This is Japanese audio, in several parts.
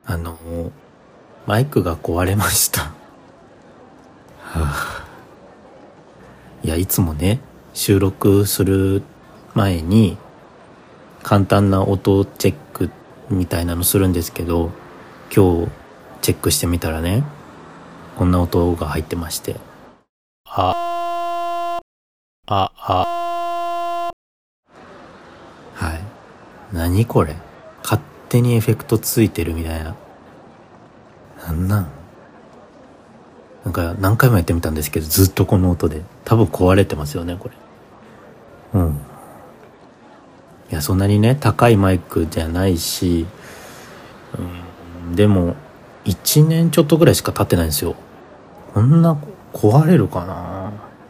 あのマイクが壊れましたいや、いつもね、収録する前に簡単な音チェックみたいなのするんですけど、今日チェックしてみたらね、こんな音が入ってまして、はい、何これ、勝手にエフェクトついてるみたいな、なんか何回もやってみたんですけど、ずっとこの音で、多分壊れてますよね、これ。いや、そんなにね、高いマイクじゃないし、でも1年ちょっとぐらいしか経ってないんですよ。こんな壊れるかな。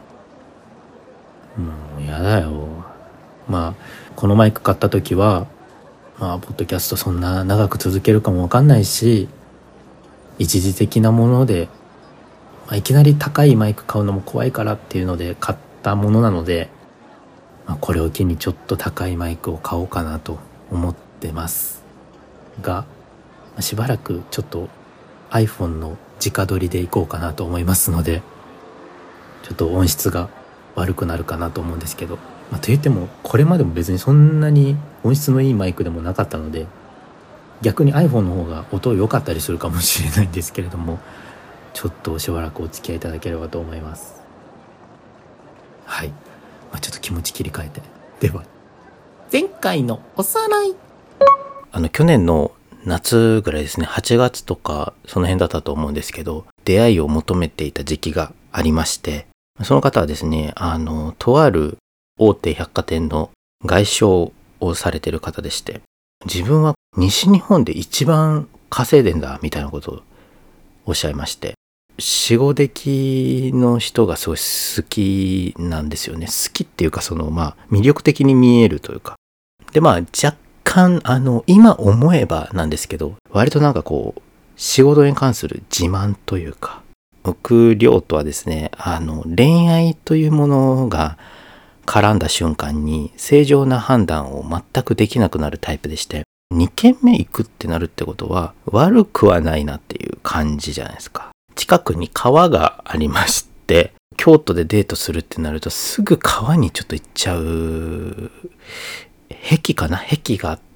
もうやだよ。まあこのマイク買った時は、ポッドキャストそんな長く続けるかもわかんないし、一時的なもので、いきなり高いマイク買うのも怖いからっていうので買ったものなので、これを機にちょっと高いマイクを買おうかなと思ってますが、しばらくちょっと iPhone の直撮りでいこうかなと思いますので、ちょっと音質が悪くなるかなと思うんですけど、と言ってもこれまでも別にそんなに音質のいいマイクでもなかったので、逆に iPhone の方が音良かったりするかもしれないんですけれども、ちょっとしばらくお付き合いいただければと思います。はい、ちょっと気持ち切り替えて、では前回のおさらい。去年の夏ぐらいですね、8月とかその辺だったと思うんですけど、出会いを求めていた時期がありまして、その方はですね、とある大手百貨店の外商をされている方でして、自分は西日本で一番稼いでんだみたいなことをおっしゃいまして、仕事歴の人がすごい好きなんですよね。好きっていうか、魅力的に見えるというか。で、若干、今思えばなんですけど、割と仕事に関する自慢というか、僕、亮とはですね、恋愛というものが絡んだ瞬間に正常な判断を全くできなくなるタイプでして、2軒目行くってなるってことは悪くはないなっていう感じじゃないですか。近くに川がありまして、京都でデートするってなるとすぐ川にちょっと行っちゃう癖があって、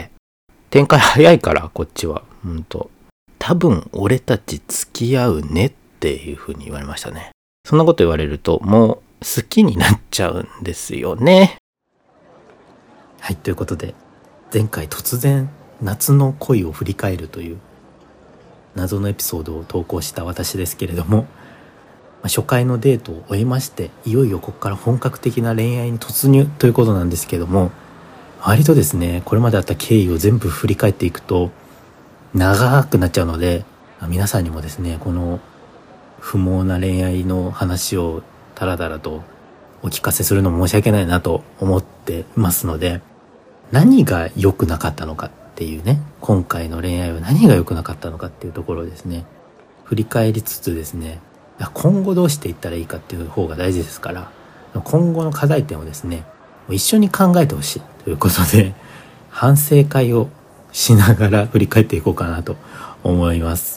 展開早いから、こっちは多分俺たち付き合うねっていう風に言われましたね。そんなこと言われるともう好きになっちゃうんですよね。はい、ということで、前回突然夏の恋を振り返るという謎のエピソードを投稿した私ですけれども、初回のデートを終えまして、いよいよここから本格的な恋愛に突入ということなんですけども、割とですね、これまであった経緯を全部振り返っていくと長くなっちゃうので、皆さんにもですね、この不毛な恋愛の話をダラダラとお聞かせするのも申し訳ないなと思っていますので、何が良くなかったのかっていうね、今回の恋愛は何が良くなかったのかっていうところをですね、振り返りつつですね、今後どうしていったらいいかっていう方が大事ですから、今後の課題点をですね、一緒に考えてほしいということで、反省会をしながら振り返っていこうかなと思います。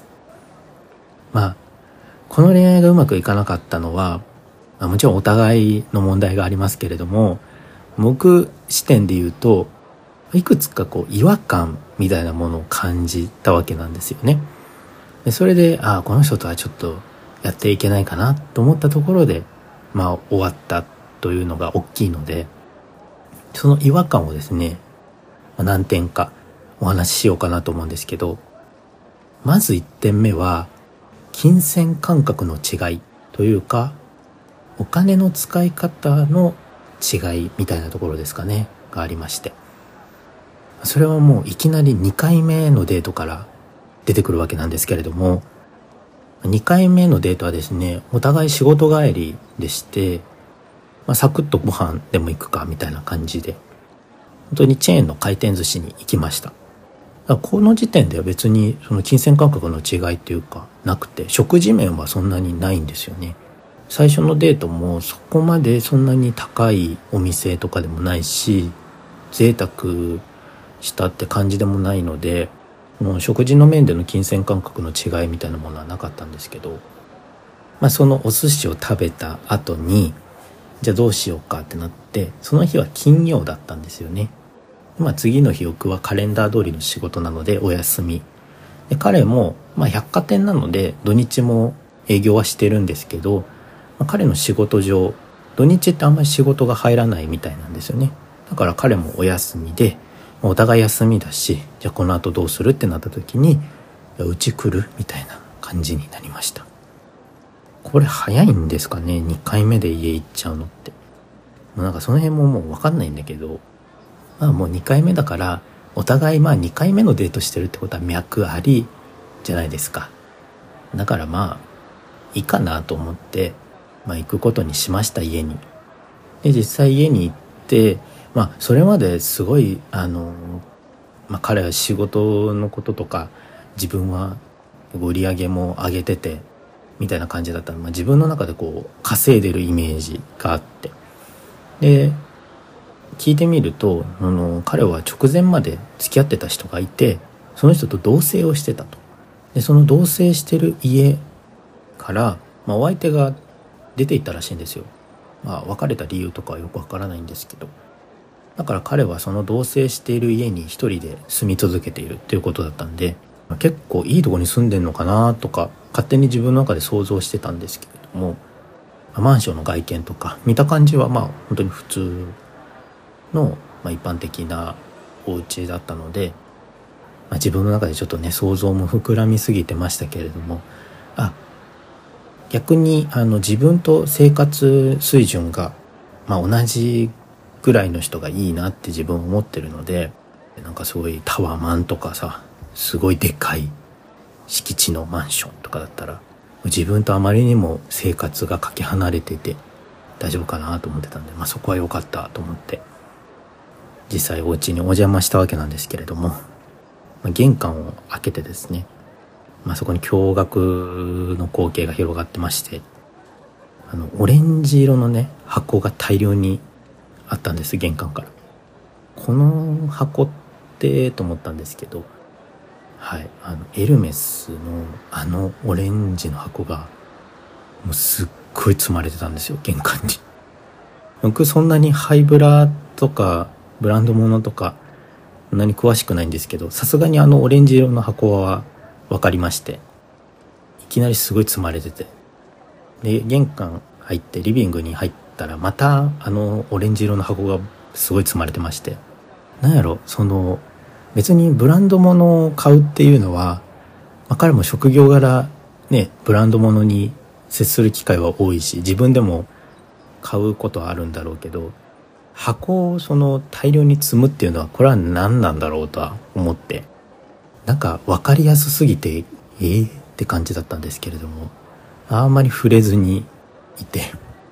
この恋愛がうまくいかなかったのは、もちろんお互いの問題がありますけれども、僕視点で言うと、いくつか違和感みたいなものを感じたわけなんですよね。でそれで、この人とはちょっとやっていけないかなと思ったところで、終わったというのが大きいので、その違和感をですね、何点かお話ししようかなと思うんですけど、まず1点目は金銭感覚の違いというか、お金の使い方の違いみたいなところですかね、がありまして、それはもういきなり2回目のデートから出てくるわけなんですけれども、2回目のデートはですね、お互い仕事帰りでして、サクッとご飯でも行くかみたいな感じで、本当にチェーンの回転寿司に行きました。この時点では別にその金銭感覚の違いっていうかなくて、食事面はそんなにないんですよね。最初のデートもそこまでそんなに高いお店とかでもないし、贅沢したって感じでもないので、 もう食事の面での金銭感覚の違いみたいなものはなかったんですけど、そのお寿司を食べた後にじゃあどうしようかってなって、その日は金曜だったんですよね。次の日僕はカレンダー通りの仕事なのでお休みで、彼も百貨店なので土日も営業はしてるんですけど、彼の仕事上土日ってあんまり仕事が入らないみたいなんですよね。だから彼もお休みで、お互い休みだし、じゃあこの後どうするってなった時に、うち来るみたいな感じになりました。これ早いんですかね、2回目で家行っちゃうのって。なんかその辺ももう分かんないんだけど、もう2回目だからお互い2回目のデートしてるってことは脈ありじゃないですか。だからいいかなと思って行くことにしました、家に。で実際家に行って、それまですごい彼は仕事のこととか自分は売り上げも上げててみたいな感じだったの、自分の中で稼いでるイメージがあって、で聞いてみると彼は直前まで付き合ってた人がいて、その人と同棲をしてたと。でその同棲してる家から、お相手が出て行ったらしいんですよ。別れた理由とかはよくわからないんですけど、だから彼はその同棲している家に一人で住み続けているっていうことだったんで、結構いいとこに住んでんのかなとか勝手に自分の中で想像してたんですけれども、マンションの外見とか見た感じは本当に普通の、一般的なお家だったので、自分の中でちょっとね想像も膨らみすぎてましたけれども、逆に自分と生活水準が、同じぐらいの人がいいなって自分は思ってるので、なんかすごいタワマンとかさ、すごいでかい敷地のマンションとかだったら自分とあまりにも生活がかけ離れてて大丈夫かなと思ってたんで、そこは良かったと思って実際お家にお邪魔したわけなんですけれども、玄関を開けてですね、そこに驚愕の光景が広がってまして、オレンジ色のね箱が大量にあったんです、玄関から。この箱ってと思ったんですけど、エルメスのオレンジの箱がもうすっごい積まれてたんですよ、玄関に。僕そんなにハイブラとかブランド物とかそんなに詳しくないんですけど、さすがにオレンジ色の箱は分かりまして、いきなりすごい積まれてて、で玄関入ってリビングに入ったらまたオレンジ色の箱がすごい積まれてまして、なんやろ、別にブランド物を買うっていうのは、彼も職業柄ねブランド物に接する機会は多いし、自分でも買うことはあるんだろうけど、箱を大量に積むっていうのはこれは何なんだろうとは思って、なんか分かりやすすぎてって感じだったんですけれども、あんまり触れずにいて、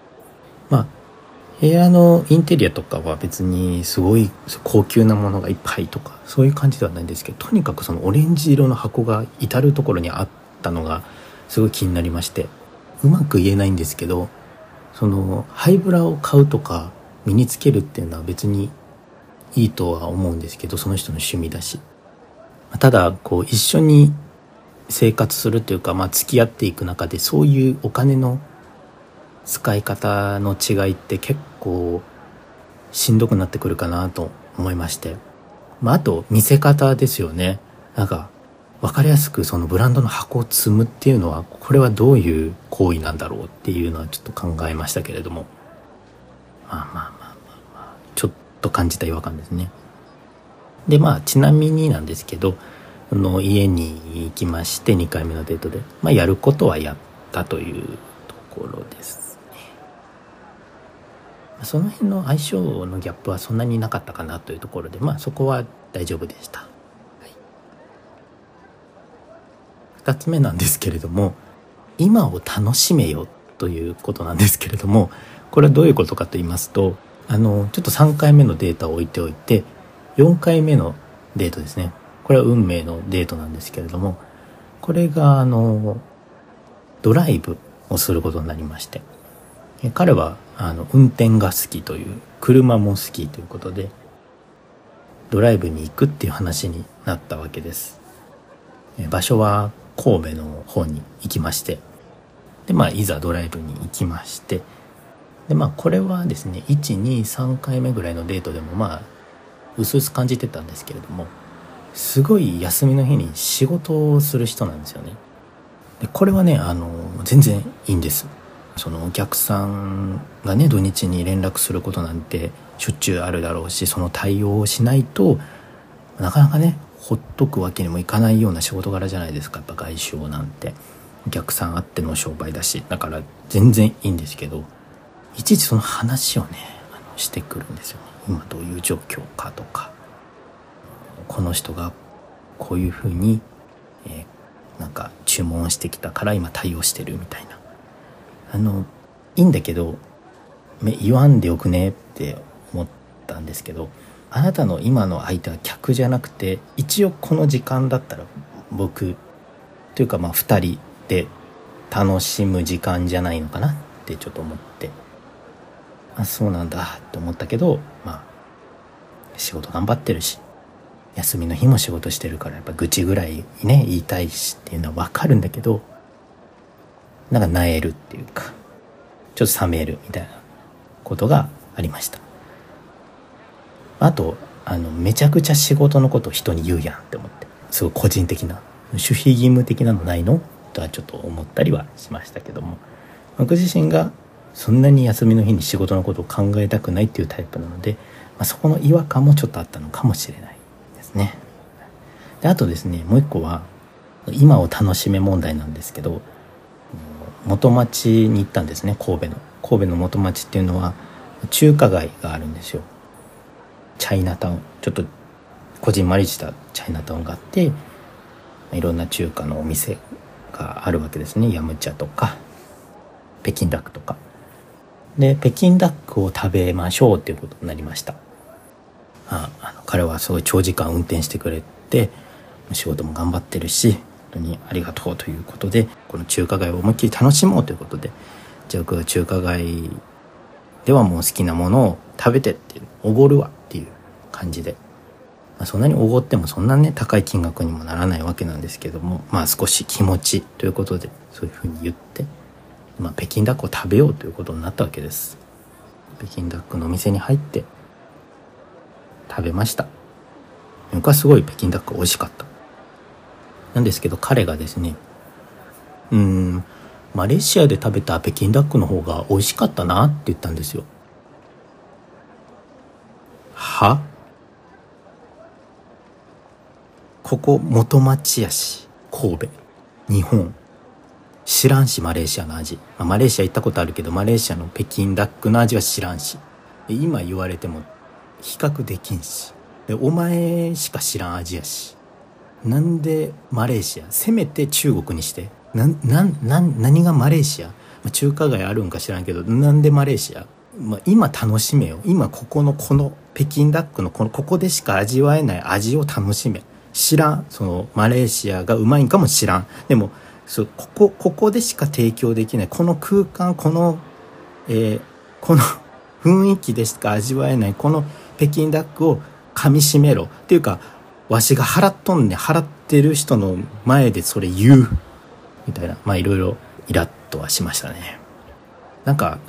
部屋のインテリアとかは別にすごい高級なものがいっぱいとかそういう感じではないんですけど、とにかくそのオレンジ色の箱が至る所にあったのがすごい気になりまして、うまく言えないんですけど、ハイブラを買うとか身につけるっていうのは別にいいとは思うんですけど、その人の趣味だし、ただ一緒に生活するというか、付き合っていく中でそういうお金の使い方の違いって結構しんどくなってくるかなと思いまして、あと見せ方ですよね。なんか分かりやすくそのブランドの箱を積むっていうのは、これはどういう行為なんだろうっていうのはちょっと考えましたけれども、ちょっと感じた違和感ですね。でちなみになんですけど、家に行きまして2回目のデートで、やることはやったというところですね。その辺の相性のギャップはそんなになかったかなというところで、そこは大丈夫でした。2つ目なんですけれども、今を楽しめよということなんですけれども、これはどういうことかと言いますと、ちょっと3回目のデータを置いておいて、4回目のデートですね。これは運命のデートなんですけれども、これがドライブをすることになりまして、彼は運転が好きという、車も好きということでドライブに行くっていう話になったわけです。 場所は神戸の方に行きまして、でいざドライブに行きまして、でこれはですね 1,2,3 回目ぐらいのデートでもうすうす感じてたんですけれども、すごい休みの日に仕事をする人なんですよね。でこれはね全然いいんです。そのお客さんがね土日に連絡することなんてしょっちゅうあるだろうし、その対応をしないとなかなかねほっとくわけにもいかないような仕事柄じゃないですか。やっぱ外資をなんてお客さんあっての商売だし、だから全然いいんですけど、いちいちその話をねしてくるんですよね。今どういう状況かとか、この人がこういうふうに、なんか注文してきたから今対応してるみたいな、いいんだけど言わんでよくねって思ったんですけど、あなたの今の相手は客じゃなくて、一応この時間だったら僕というか2人で楽しむ時間じゃないのかなってちょっと思って、そうなんだって思ったけど、仕事頑張ってるし休みの日も仕事してるからやっぱ愚痴ぐらいね言いたいしっていうのは分かるんだけど、なんか萎えるっていうかちょっと冷めるみたいなことがありました。あとめちゃくちゃ仕事のことを人に言うやんって思って、すごい個人的な守秘義務的なのないのとはちょっと思ったりはしましたけども、僕自身がそんなに休みの日に仕事のことを考えたくないっていうタイプなので、そこの違和感もちょっとあったのかもしれないですね。であとですね、もう一個は今を楽しめ問題なんですけど、元町に行ったんですね。神戸の元町っていうのは中華街があるんですよ。チャイナタウン、ちょっとこじんまりしたチャイナタウンがあって、いろんな中華のお店があるわけですね。ヤムチャとか北京ダックとかで、北京ダックを食べましょうっていうことになりました。彼はすごい長時間運転してくれて、仕事も頑張ってるし本当にありがとうということで、この中華街を思いっきり楽しもうということで、じゃあ僕が中華街ではもう好きなものを食べてっておごるわっていう感じで、そんなにおごってもそんなね高い金額にもならないわけなんですけども、少し気持ちということでそういうふうに言って、北京ダックを食べようということになったわけです。北京ダックのお店に入って食べました。僕はすごい北京ダック美味しかったなんですけど、彼がですねマレーシアで食べた北京ダックの方が美味しかったなって言ったんですよ。ここ元町やし、神戸、日本知らんし、マレーシアの味、マレーシア行ったことあるけどマレーシアの北京ダックの味は知らんし、今言われても比較できんし、でお前しか知らん味やし、なんでマレーシア、せめて中国にして、何がマレーシア、中華街あるんか知らんけどなんでマレーシア、今楽しめよ、今この北京ダックのここでしか味わえない味を楽しめ。知らん、そのマレーシアがうまいんかも知らん、でもここでしか提供できないこの空間、この雰囲気でしか味わえないこの北京ダックを噛みしめろっていうか、わしが払ってる人の前でそれ言うみたいな、いろいろイラッとはしましたね。なんか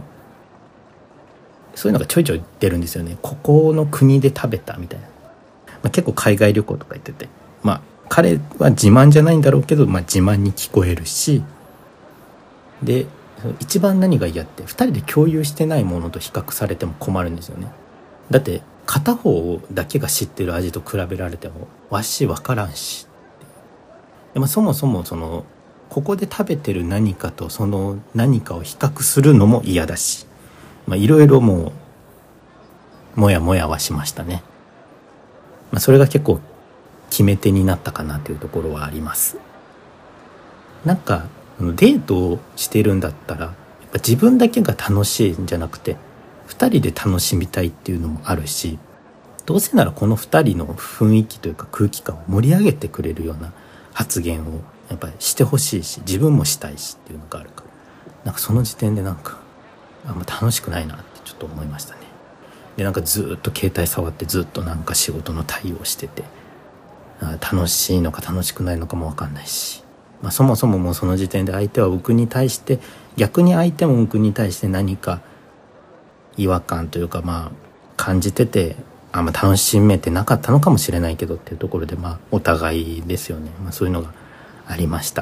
そういうのがちょいちょい出るんですよね。ここの国で食べたみたいな、結構海外旅行とか行ってて、彼は自慢じゃないんだろうけど、自慢に聞こえるし、で一番何が嫌って2人で共有してないものと比較されても困るんですよね。だって片方だけが知ってる味と比べられてもわし分からんし、でそもそもここで食べてる何かとその何かを比較するのも嫌だし、いろいろもやもやはしましたね。それが結構決め手になったかなというところはあります。なんかデートをしてるんだったらやっぱ自分だけが楽しいんじゃなくて2人で楽しみたいっていうのもあるし、どうせならこの2人の雰囲気というか空気感を盛り上げてくれるような発言をやっぱりしてほしいし、自分もしたいしっていうのがあるから、なんかその時点であんま楽しくないなってちょっと思いましたね。でずっと携帯触ってずっとなんか仕事の対応してて、 楽しいのか楽しくないのかも分かんないし、そもそももうその時点で相手は僕に対して、逆に相手も僕に対して何か違和感というか感じてて、楽しめてなかったのかもしれないけどっていうところでお互いですよね。そういうのがありました。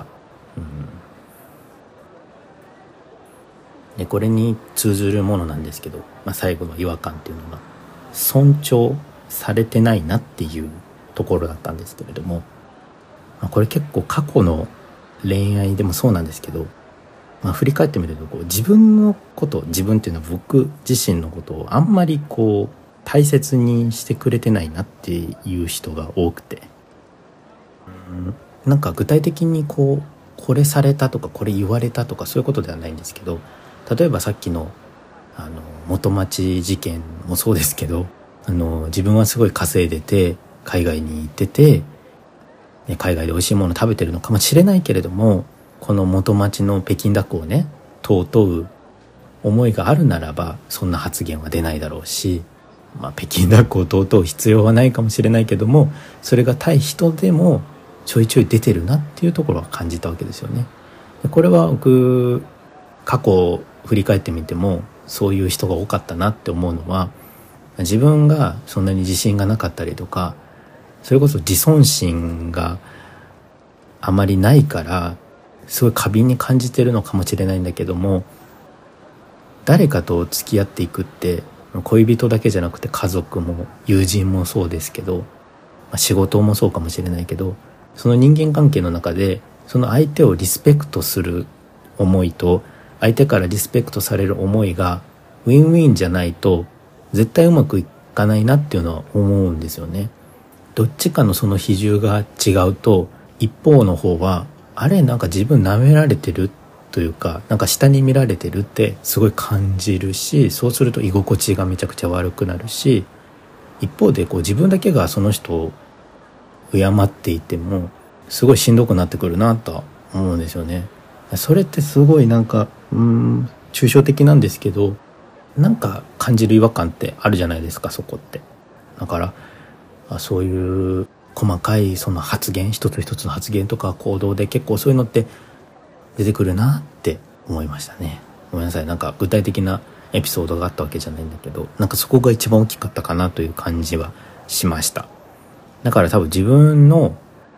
でこれに通ずるものなんですけど、最後の違和感っていうのが尊重されてないなっていうところだったんですけれども、これ結構過去の恋愛でもそうなんですけど、振り返ってみると自分のこと、自分っていうのは僕自身のことをあんまり大切にしてくれてないなっていう人が多くて、なんか具体的にこれされたとかこれ言われたとかそういうことではないんですけど、例えばさっきの元町事件もそうですけど、自分はすごい稼いでて海外に行ってて、海外で美味しいもの食べてるのかもしれないけれども、この元町の北京ダックをね尊う思いがあるならばそんな発言は出ないだろうし、北京ダックを尊う必要はないかもしれないけども、それが対人でもちょいちょい出てるなっていうところは感じたわけですよね。これは僕過去を振り返ってみてもそういう人が多かったなって思うのは、自分がそんなに自信がなかったりとか、それこそ自尊心があまりないからすごい過敏に感じてるのかもしれないんだけども、誰かと付き合っていくって恋人だけじゃなくて家族も友人もそうですけど、仕事もそうかもしれないけど、その人間関係の中でその相手をリスペクトする思いと相手からリスペクトされる思いがウィンウィンじゃないと絶対うまくいかないなっていうのは思うんですよね。どっちかのその比重が違うと、一方の方はなんか自分舐められてるというか、なんか下に見られてるってすごい感じるし、そうすると居心地がめちゃくちゃ悪くなるし、一方で自分だけがその人を敬っていてもすごいしんどくなってくるなと思うんですよね。それってすごいなんか抽象的なんですけど、なんか感じる違和感ってあるじゃないですか、そこって。だからそういう細かいその発言、一つ一つの発言とか行動で結構そういうのって出てくるなって思いましたね。ごめんなさい、なんか具体的なエピソードがあったわけじゃないんだけど、なんかそこが一番大きかったかなという感じはしました。だから多分自分の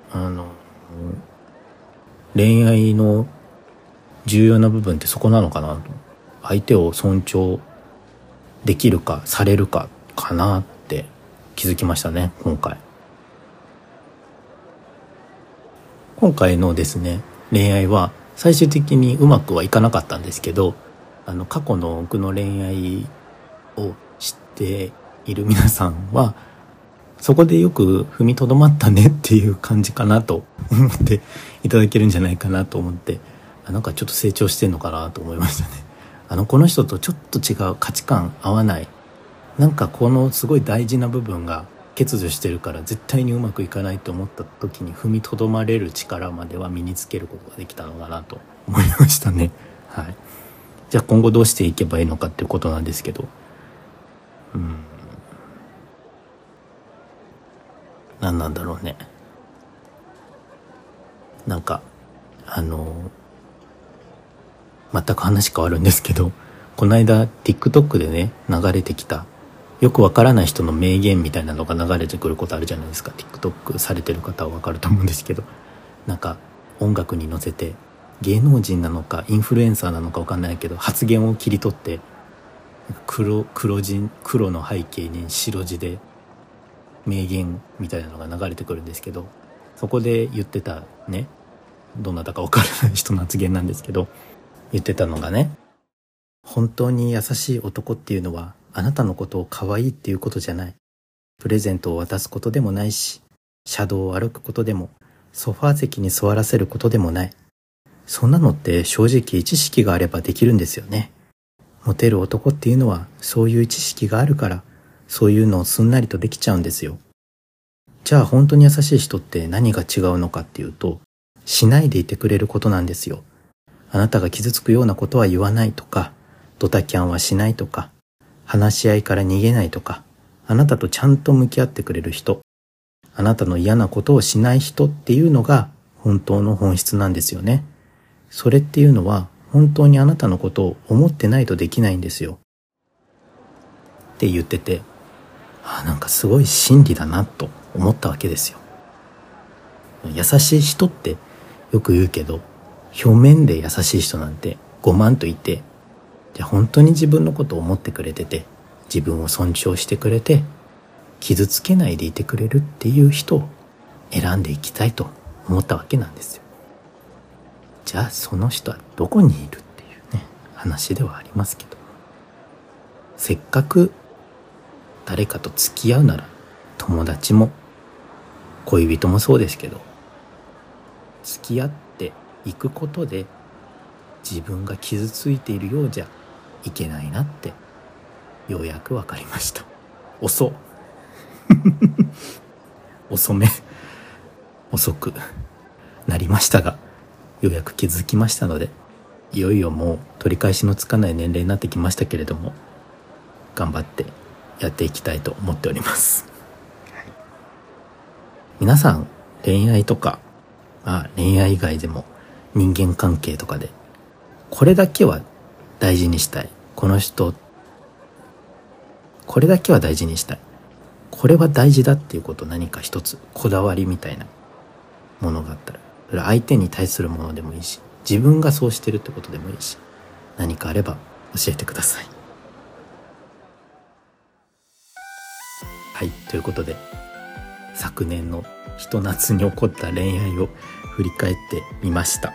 恋愛の重要な部分ってそこなのかなと。相手を尊重できるかされるかかなって気づきましたね、今回のですね恋愛は最終的にうまくはいかなかったんですけど、過去の僕の恋愛を知っている皆さんはそこでよく踏みとどまったねっていう感じかなと思っていただけるんじゃないかなと思って、なんかちょっと成長してんのかなと思いましたね。この人とちょっと違う価値観合わない、なんかこのすごい大事な部分が欠如してるから絶対にうまくいかないと思った時に踏みとどまれる力までは身につけることができたのかなと思いましたね。はい。じゃあ今後どうしていけばいいのかっていうことなんですけど、何なんだろうね。なんか全く話変わるんですけど、この間 TikTok でね流れてきたよくわからない人の名言みたいなのが流れてくることあるじゃないですか。 TikTok されてる方はわかると思うんですけど、なんか音楽に乗せて芸能人なのかインフルエンサーなのかわかんないけど発言を切り取って黒の背景に白字で名言みたいなのが流れてくるんですけど、そこで言ってたね、どなたかわからない人の発言なんですけど、言ってたのがね、本当に優しい男っていうのはあなたのことを可愛いっていうことじゃない。プレゼントを渡すことでもないし、車道を歩くことでも、ソファー席に座らせることでもない。そんなのって正直知識があればできるんですよね。モテる男っていうのはそういう知識があるから、そういうのをすんなりとできちゃうんですよ。じゃあ本当に優しい人って何が違うのかっていうと、しないでいてくれることなんですよ。あなたが傷つくようなことは言わないとか、ドタキャンはしないとか、話し合いから逃げないとか、あなたとちゃんと向き合ってくれる人。 あなたの嫌なことをしない人っていうのが本当の本質なんですよね。それっていうのは本当にあなたのことを思ってないとできないんですよ。って言ってて、なんかすごい真理だなと思ったわけですよ。優しい人ってよく言うけど、表面で優しい人なんて5万といて、じゃあ本当に自分のことを思ってくれてて、自分を尊重してくれて、傷つけないでいてくれるっていう人を選んでいきたいと思ったわけなんですよ。じゃあその人はどこにいるっていうね、話ではありますけど、せっかく誰かと付き合うなら、友達も恋人もそうですけど、付き合っていくことで自分が傷ついているようじゃいけないなってようやくわかりました。遅くなりましたが、ようやく気づきましたので、いよいよもう取り返しのつかない年齢になってきましたけれども、頑張ってやっていきたいと思っております。皆さん恋愛とか、恋愛以外でも人間関係とかでこれだけは大事にしたい、この人これだけは大事にしたい、これは大事だっていうこと、何か一つこだわりみたいなものがあったら、それ相手に対するものでもいいし、自分がそうしてるってことでもいいし、何かあれば教えてください。はい、ということで昨年のひと夏に起こった恋愛を振り返ってみました。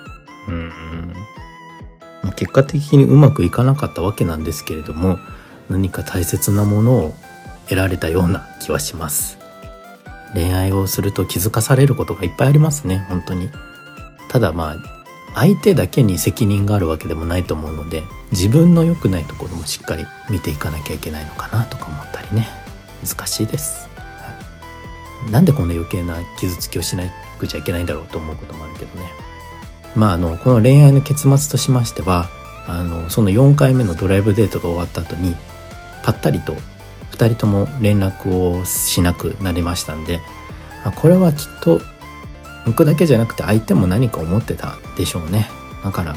結果的にうまくいかなかったわけなんですけれども、何か大切なものを得られたような気はします。恋愛をすると気づかされることがいっぱいありますね、本当に。ただ相手だけに責任があるわけでもないと思うので、自分の良くないところもしっかり見ていかなきゃいけないのかなとか思ったりね、難しいです。なんでこんな余計な傷つきをしなくちゃいけないんだろうと思うこともあるけどね。この恋愛の結末としましては、その4回目のドライブデートが終わった後にぱったりと2人とも連絡をしなくなりましたんで、これはきっと僕だけじゃなくて相手も何か思ってたでしょうね。だから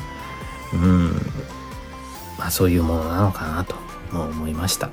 そういうものなのかなと思いました。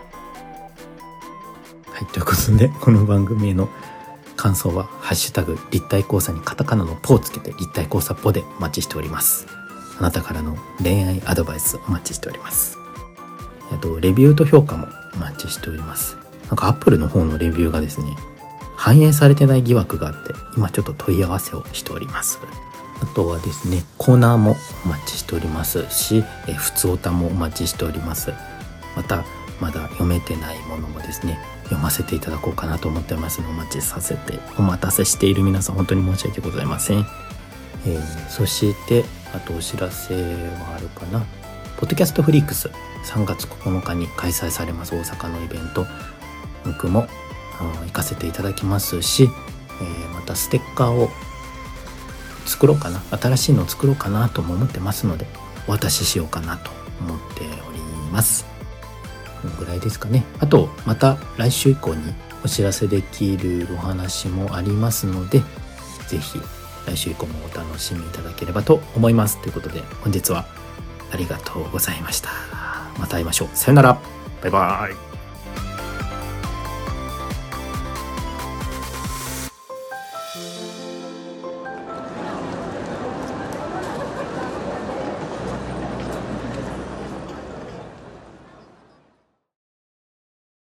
はい、ということでこの番組への感想はハッシュタグ立体交差にカタカナのポをつけて立体交差ポでお待ちしております。あなたからの恋愛アドバイスお待ちしております。レビューと評価もお待ちしております。アップルの方のレビューがですね、反映されてない疑惑があって、今ちょっと問い合わせをしております。あとはですね、コーナーもお待ちしておりますし、ふつおたもお待ちしております。またまだ読めてないものもですね、読ませていただこうかなと思っておりますので、お待たせしている皆さん本当に申し訳ございません。そしてあとお知らせはあるかな。ポッドキャストフリークス3月9日に開催されます大阪のイベント、僕も行かせていただきますし、またステッカーを作ろうかな、新しいのを作ろうかなとも思ってますので、お渡ししようかなと思っております。このぐらいですかね。あとまた来週以降にお知らせできるお話もありますので、ぜひ来週以降もお楽しみいただければと思います。ということで本日はありがとうございました。また会いましょう。さよなら。バイバイ。